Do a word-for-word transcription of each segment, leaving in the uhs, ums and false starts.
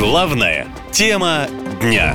Главная тема дня.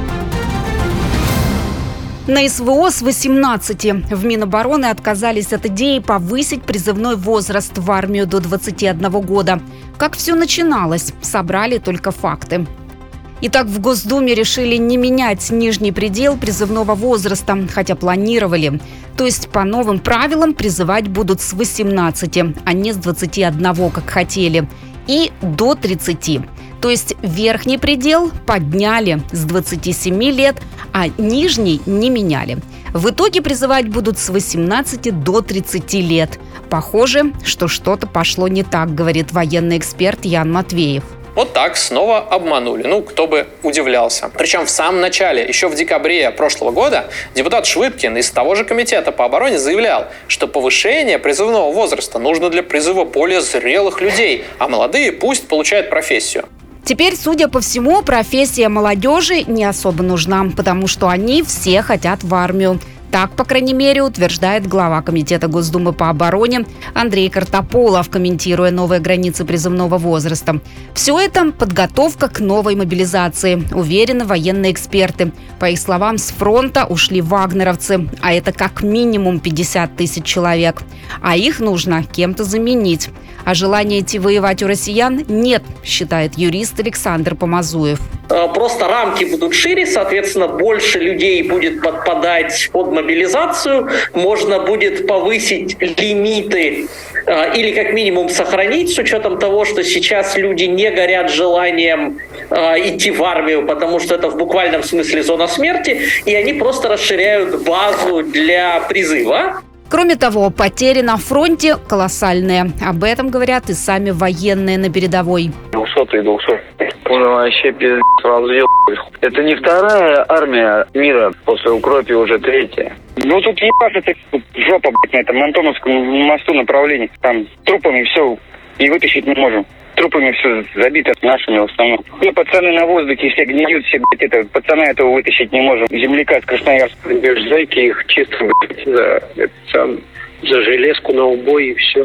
На СВО с восемнадцати в Минобороны отказались от идеи повысить призывной возраст в армию до двадцати одного года. Как все начиналось, собрали только факты. Итак, в Госдуме решили не менять нижний предел призывного возраста, хотя планировали. То есть по новым правилам призывать будут с восемнадцати, а не с двадцати одного, как хотели, и до тридцати. То есть верхний предел подняли с двадцати семи лет, а нижний не меняли. В итоге призывать будут с восемнадцати до тридцати лет. Похоже, что что-то пошло не так, говорит военный эксперт Ян Матвеев. Вот так снова обманули. Ну, кто бы удивлялся. Причем в самом начале, еще в декабре прошлого года, депутат Швыдкин из того же комитета по обороне заявлял, что повышение призывного возраста нужно для призыва более зрелых людей, а молодые пусть получают профессию. Теперь, судя по всему, профессия молодежи не особо нужна, потому что они все хотят в армию. Так, по крайней мере, утверждает глава Комитета Госдумы по обороне Андрей Картополов, комментируя новые границы призывного возраста. Все это подготовка к новой мобилизации, уверены военные эксперты. По их словам, с фронта ушли вагнеровцы, а это как минимум пятьдесят тысяч человек. А их нужно кем-то заменить. А желания идти воевать у россиян нет, считает юрист Александр Помазуев. Просто рамки будут шире, соответственно, больше людей будет подпадать под мобилизацию, можно будет повысить лимиты или как минимум сохранить, с учетом того, что сейчас люди не горят желанием идти в армию, потому что это в буквальном смысле зона смерти, и они просто расширяют базу для призыва. Кроме того, потери на фронте колоссальные. Об этом говорят и сами военные на передовой. двухсотый, двухсотый. Он вообще пиздец разъел. Это не вторая армия мира после Укропи, уже третья. Ну тут ебать, это жопа, блядь, на этом Антоновском мосту направлении. Там трупами все и вытащить не можем. Трупами все забито нашими в основном. Все пацаны на воздухе, все гниют, все, блядь, это, пацана этого вытащить не можем. Земляка из Красноярска. Зайки их чисто, блядь, за, это, сам, за железку на убой и все.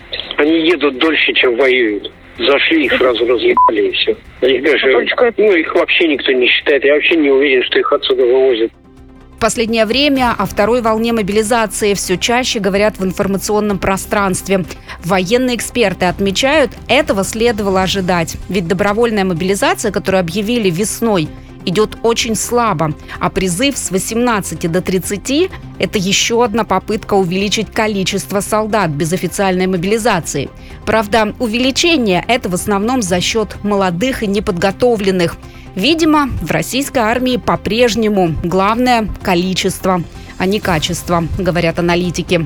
Они едут дольше, чем воюют. Зашли, их сразу разъебали и все. Они даже, ну, их вообще никто не считает. Я вообще не уверен, что их отсюда вывозят. В последнее время о второй волне мобилизации все чаще говорят в информационном пространстве. Военные эксперты отмечают, этого следовало ожидать. Ведь добровольная мобилизация, которую объявили весной, идет очень слабо. А призыв с восемнадцати до тридцати – это еще одна попытка увеличить количество солдат без официальной мобилизации. Правда, увеличение – это в основном за счет молодых и неподготовленных. Видимо, в российской армии по-прежнему главное – количество, а не качество, говорят аналитики.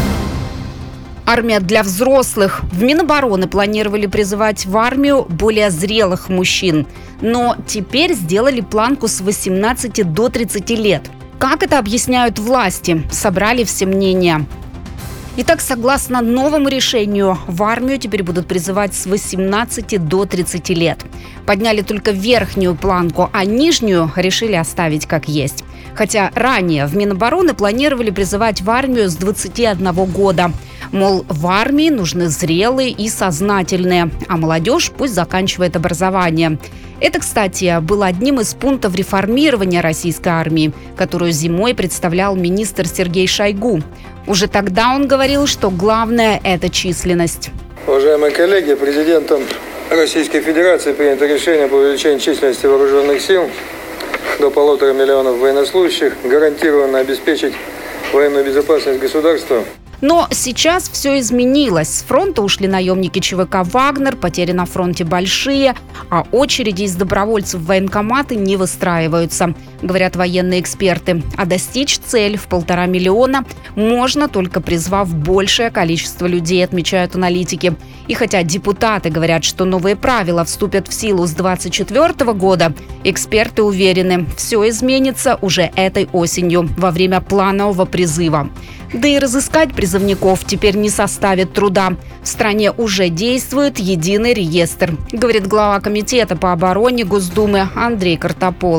Армия для взрослых. В Минобороны планировали призывать в армию более зрелых мужчин. Но теперь сделали планку с восемнадцати до тридцати лет. Как это объясняют власти? Собрали все мнения. Итак, согласно новому решению, в армию теперь будут призывать с восемнадцати до тридцати лет. Подняли только верхнюю планку, а нижнюю решили оставить как есть. Хотя ранее в Минобороны планировали призывать в армию с двадцати одного года. Мол, в армии нужны зрелые и сознательные, а молодежь пусть заканчивает образование. Это, кстати, было одним из пунктов реформирования российской армии, которую зимой представлял министр Сергей Шойгу. Уже тогда он говорил, что главное – это численность. Уважаемые коллеги, президентом Российской Федерации принято решение по увеличению численности вооруженных сил до полутора миллионов военнослужащих, гарантированно обеспечить военную безопасность государства. Но сейчас все изменилось. С фронта ушли наемники ЧВК «Вагнер», потери на фронте большие, а очереди из добровольцев в военкоматы не выстраиваются, говорят военные эксперты. А достичь цель в полтора миллиона можно, только призвав большее количество людей, отмечают аналитики. И хотя депутаты говорят, что новые правила вступят в силу с двадцать четвёртого года, эксперты уверены, все изменится уже этой осенью, во время планового призыва. Да и разыскать призывников теперь не составит труда. В стране уже действует единый реестр, говорит глава Комитета по обороне Госдумы Андрей Картополов.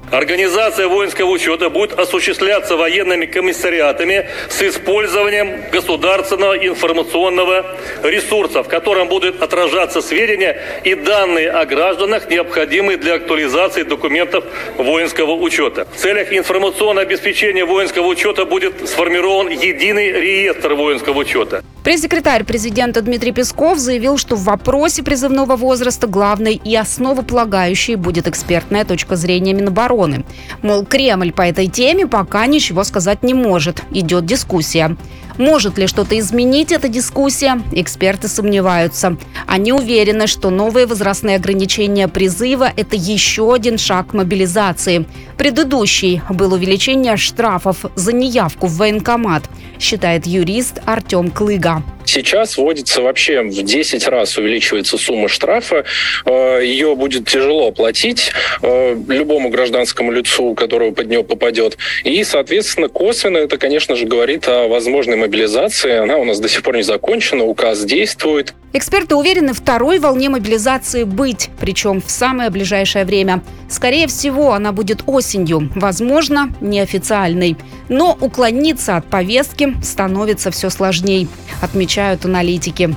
Организация воинского учета будет осуществляться военными комиссариатами с использованием государственного информационного ресурса, в котором будут отражаться сведения и данные о гражданах, необходимые для актуализации документов воинского учета. В целях информационного обеспечения воинского учета будет сформирован единый реестр воинского учета. Пресс-секретарь президента Дмитрий Песков заявил, что в вопросе призывного возраста главной и основополагающей будет экспертная точка зрения Минобороны. Мол, Кремль по этой теме пока ничего сказать не может. Идет дискуссия. Может ли что-то изменить эта дискуссия? Эксперты сомневаются. Они уверены, что новые возрастные ограничения призыва – это еще один шаг к мобилизации. Предыдущий был увеличение штрафов за неявку в военкомат, считает юрист Артем Клыга. Сейчас вводится вообще в десять раз увеличивается сумма штрафа. Ее будет тяжело оплатить любому гражданскому лицу, у которого под нее попадет. И, соответственно, косвенно это, конечно же, говорит о возможной мобилизации. Она у нас до сих пор не закончена, указ действует. Эксперты уверены, второй волне мобилизации быть, причем в самое ближайшее время. Скорее всего, она будет осенью, возможно, неофициальной. Но уклониться от повестки становится все сложней, отмечают аналитики.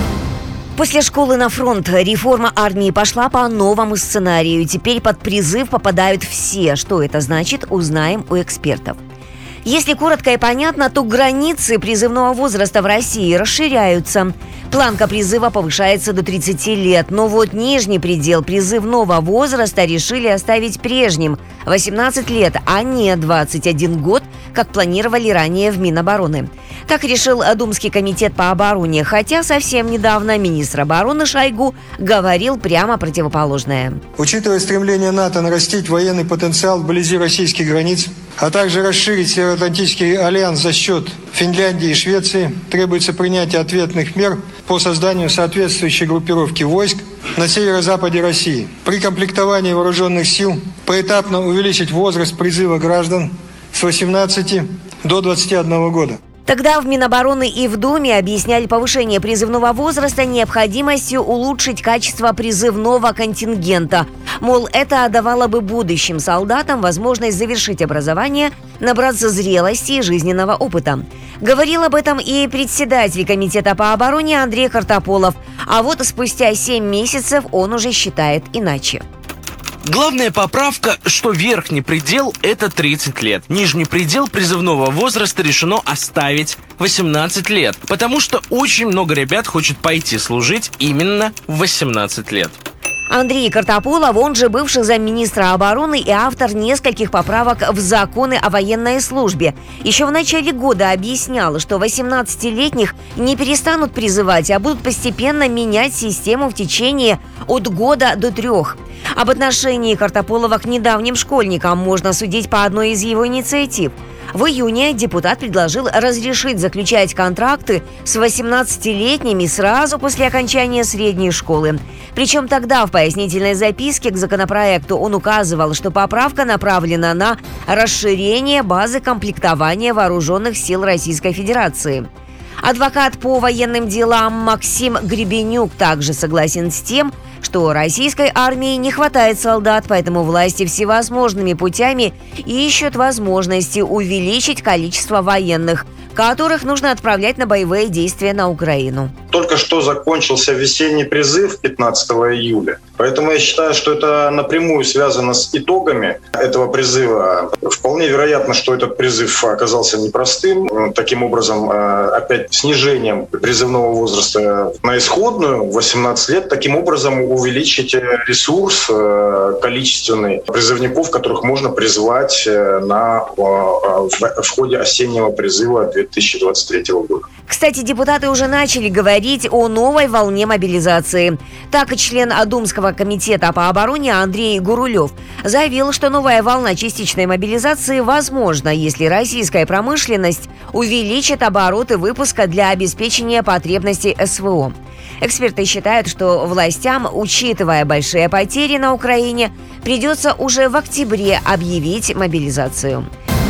После школы на фронт реформа армии пошла по новому сценарию. Теперь под призыв попадают все. Что это значит, узнаем у экспертов. Если коротко и понятно, то границы призывного возраста в России расширяются. Планка призыва повышается до тридцати лет, но вот нижний предел призывного возраста решили оставить прежним – восемнадцать лет, а не двадцать один год, как планировали ранее в Минобороны. Так решил Думский комитет по обороне, хотя совсем недавно министр обороны Шойгу говорил прямо противоположное. Учитывая стремление НАТО нарастить военный потенциал вблизи российских границ, а также расширить Североатлантический альянс за счет Финляндии и Швеции, требуется принятие ответных мер по созданию соответствующей группировки войск на северо-западе России. При комплектовании вооруженных сил поэтапно увеличить возраст призыва граждан с восемнадцати до двадцати одного года. Тогда в Минобороны и в Думе объясняли повышение призывного возраста необходимостью улучшить качество призывного контингента. Мол, это давало бы будущим солдатам возможность завершить образование, набраться зрелости и жизненного опыта. Говорил об этом и председатель комитета по обороне Андрей Картополов. А вот спустя семь месяцев он уже считает иначе. Главная поправка, что верхний предел – это тридцать лет. Нижний предел призывного возраста решено оставить восемнадцать лет, потому что очень много ребят хочет пойти служить именно в восемнадцать лет. Андрей Картополов, он же бывший замминистра обороны и автор нескольких поправок в законы о военной службе, еще в начале года объяснял, что восемнадцатилетних не перестанут призывать, а будут постепенно менять систему в течение от года до трех. Об отношении Картополова к недавним школьникам можно судить по одной из его инициатив. В июне депутат предложил разрешить заключать контракты с восемнадцатилетними сразу после окончания средней школы. Причем тогда в пояснительной записке к законопроекту он указывал, что поправка направлена на расширение базы комплектования вооруженных сил Российской Федерации. Адвокат по военным делам Максим Гребенюк также согласен с тем, что российской армии не хватает солдат, поэтому власти всевозможными путями ищут возможности увеличить количество военных, которых нужно отправлять на боевые действия на Украину. Только что закончился весенний призыв пятнадцатого июля. Поэтому я считаю, что это напрямую связано с итогами этого призыва. Вполне вероятно, что этот призыв оказался непростым. Таким образом, опять снижением призывного возраста на исходную восемнадцать лет, таким образом увеличить ресурс количественный призывников, которых можно призвать на, в, в ходе осеннего призыва две тысячи двадцать третьего года. Кстати, депутаты уже начали говорить о новой волне мобилизации. Так и член Думского комитета по обороне Андрей Гурулев заявил, что новая волна частичной мобилизации возможна, если российская промышленность увеличит обороты выпуска для обеспечения потребностей эс вэ о. Эксперты считают, что властям, учитывая большие потери на Украине, придется уже в октябре объявить мобилизацию.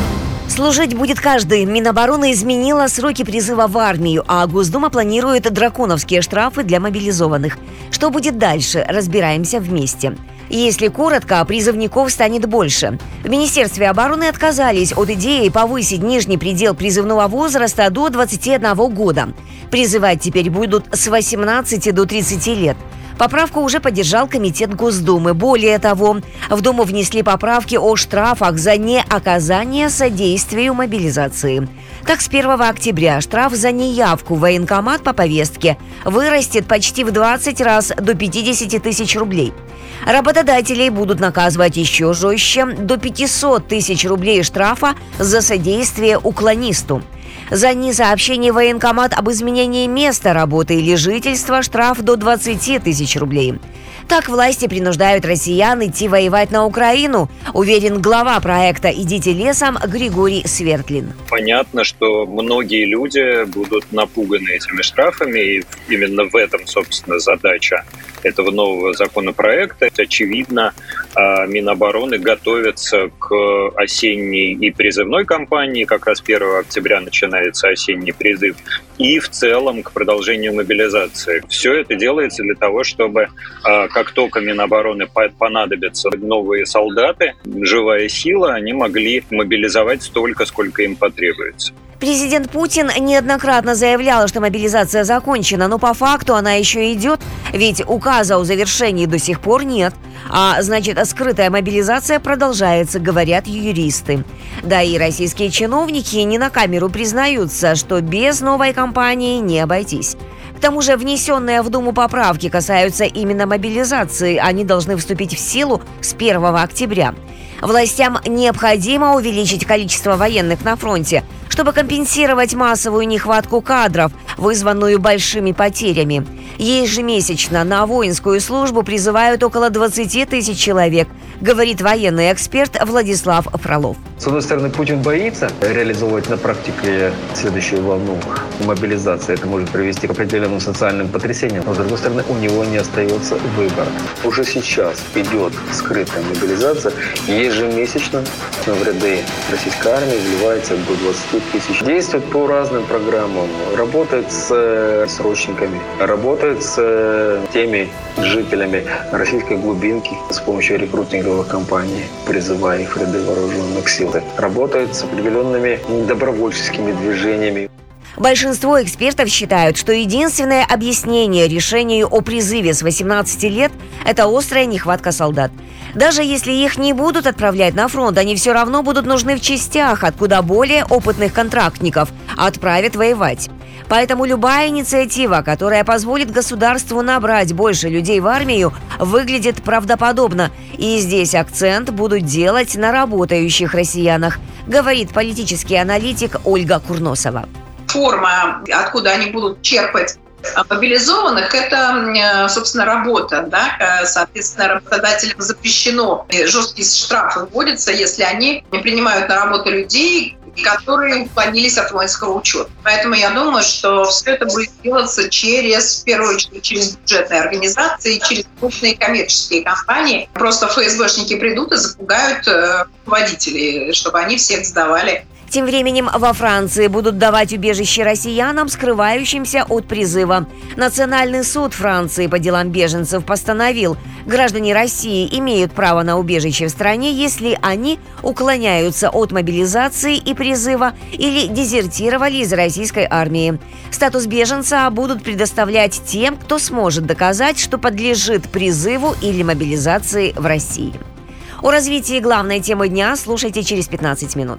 Служить будет каждый. Минобороны изменила сроки призыва в армию, а Госдума планирует драконовские штрафы для мобилизованных. Что будет дальше, разбираемся вместе. Если коротко, призывников станет больше. В Министерстве обороны отказались от идеи повысить нижний предел призывного возраста до двадцати одного года. Призывать теперь будут с восемнадцати до тридцати лет. Поправку уже поддержал Комитет Госдумы. Более того, в Думу внесли поправки о штрафах за неоказание содействию мобилизации. Так, с первого октября штраф за неявку в военкомат по повестке вырастет почти в двадцать раз до пятидесяти тысяч рублей. Работодателей будут наказывать еще жестче – до пятисот тысяч рублей штрафа за содействие уклонисту. За несообщение в военкомат об изменении места работы или жительства штраф до двадцати тысяч рублей. Так власти принуждают россиян идти воевать на Украину, уверен глава проекта «Идите лесом» Григорий Свердлин. Понятно, что многие люди будут напуганы этими штрафами, и именно в этом, собственно, задача этого нового законопроекта. Очевидно, Минобороны готовится к осенней и призывной кампании, как раз первого октября начинается осенний призыв, и в целом к продолжению мобилизации. Все это делается для того, чтобы как только Минобороны понадобятся новые солдаты, живая сила, они могли мобилизовать столько, сколько им потребуется. Президент Путин неоднократно заявлял, что мобилизация закончена, но по факту она еще идет, ведь указа о завершении до сих пор нет. А значит, скрытая мобилизация продолжается, говорят юристы. Да и российские чиновники не на камеру признаются, что без новой кампании не обойтись. К тому же внесенные в Думу поправки касаются именно мобилизации. Они должны вступить в силу с первого октября. Властям необходимо увеличить количество военных на фронте, чтобы компенсировать массовую нехватку кадров, вызванную большими потерями. Ежемесячно на воинскую службу призывают около двадцати тысяч человек, говорит военный эксперт Владислав Фролов. С одной стороны, Путин боится реализовывать на практике следующую волну мобилизации. Это может привести к определенным социальным потрясениям. Но, с другой стороны, у него не остается выбора. Уже сейчас идет скрытая мобилизация. Ежемесячно в ряды российской армии вливается до двадцати тысяч. Действует по разным программам. Работает с срочниками, работает с теми жителями российской глубинки с помощью рекрутинговых кампаний, призывая их в ряды вооруженных сил. Работает с определенными добровольческими движениями. Большинство экспертов считают, что единственное объяснение решению о призыве с восемнадцати лет – это острая нехватка солдат. Даже если их не будут отправлять на фронт, они все равно будут нужны в частях, откуда более опытных контрактников отправят воевать. Поэтому любая инициатива, которая позволит государству набрать больше людей в армию, выглядит правдоподобно. И здесь акцент будут делать на работающих россиянах, говорит политический аналитик Ольга Курносова. Форма, откуда они будут черпать мобилизованных, это, собственно, работа. Да? Соответственно, работодателям запрещено, жесткие штрафы вводятся, если они не принимают на работу людей, которые уклонились от воинского учета. Поэтому я думаю, что все это будет делаться через, в первую очередь, через бюджетные организации, через крупные коммерческие компании. Просто ФСБшники придут и запугают э, водителей, чтобы они всех сдавали. Тем временем во Франции будут давать убежище россиянам, скрывающимся от призыва. Национальный суд Франции по делам беженцев постановил, граждане России имеют право на убежище в стране, если они уклоняются от мобилизации и призыва или дезертировали из российской армии. Статус беженца будут предоставлять тем, кто сможет доказать, что подлежит призыву или мобилизации в России. О развитии главной темы дня слушайте через пятнадцать минут.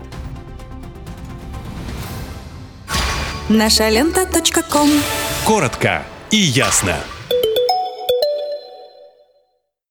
наша лента точка ком. Коротко и ясно.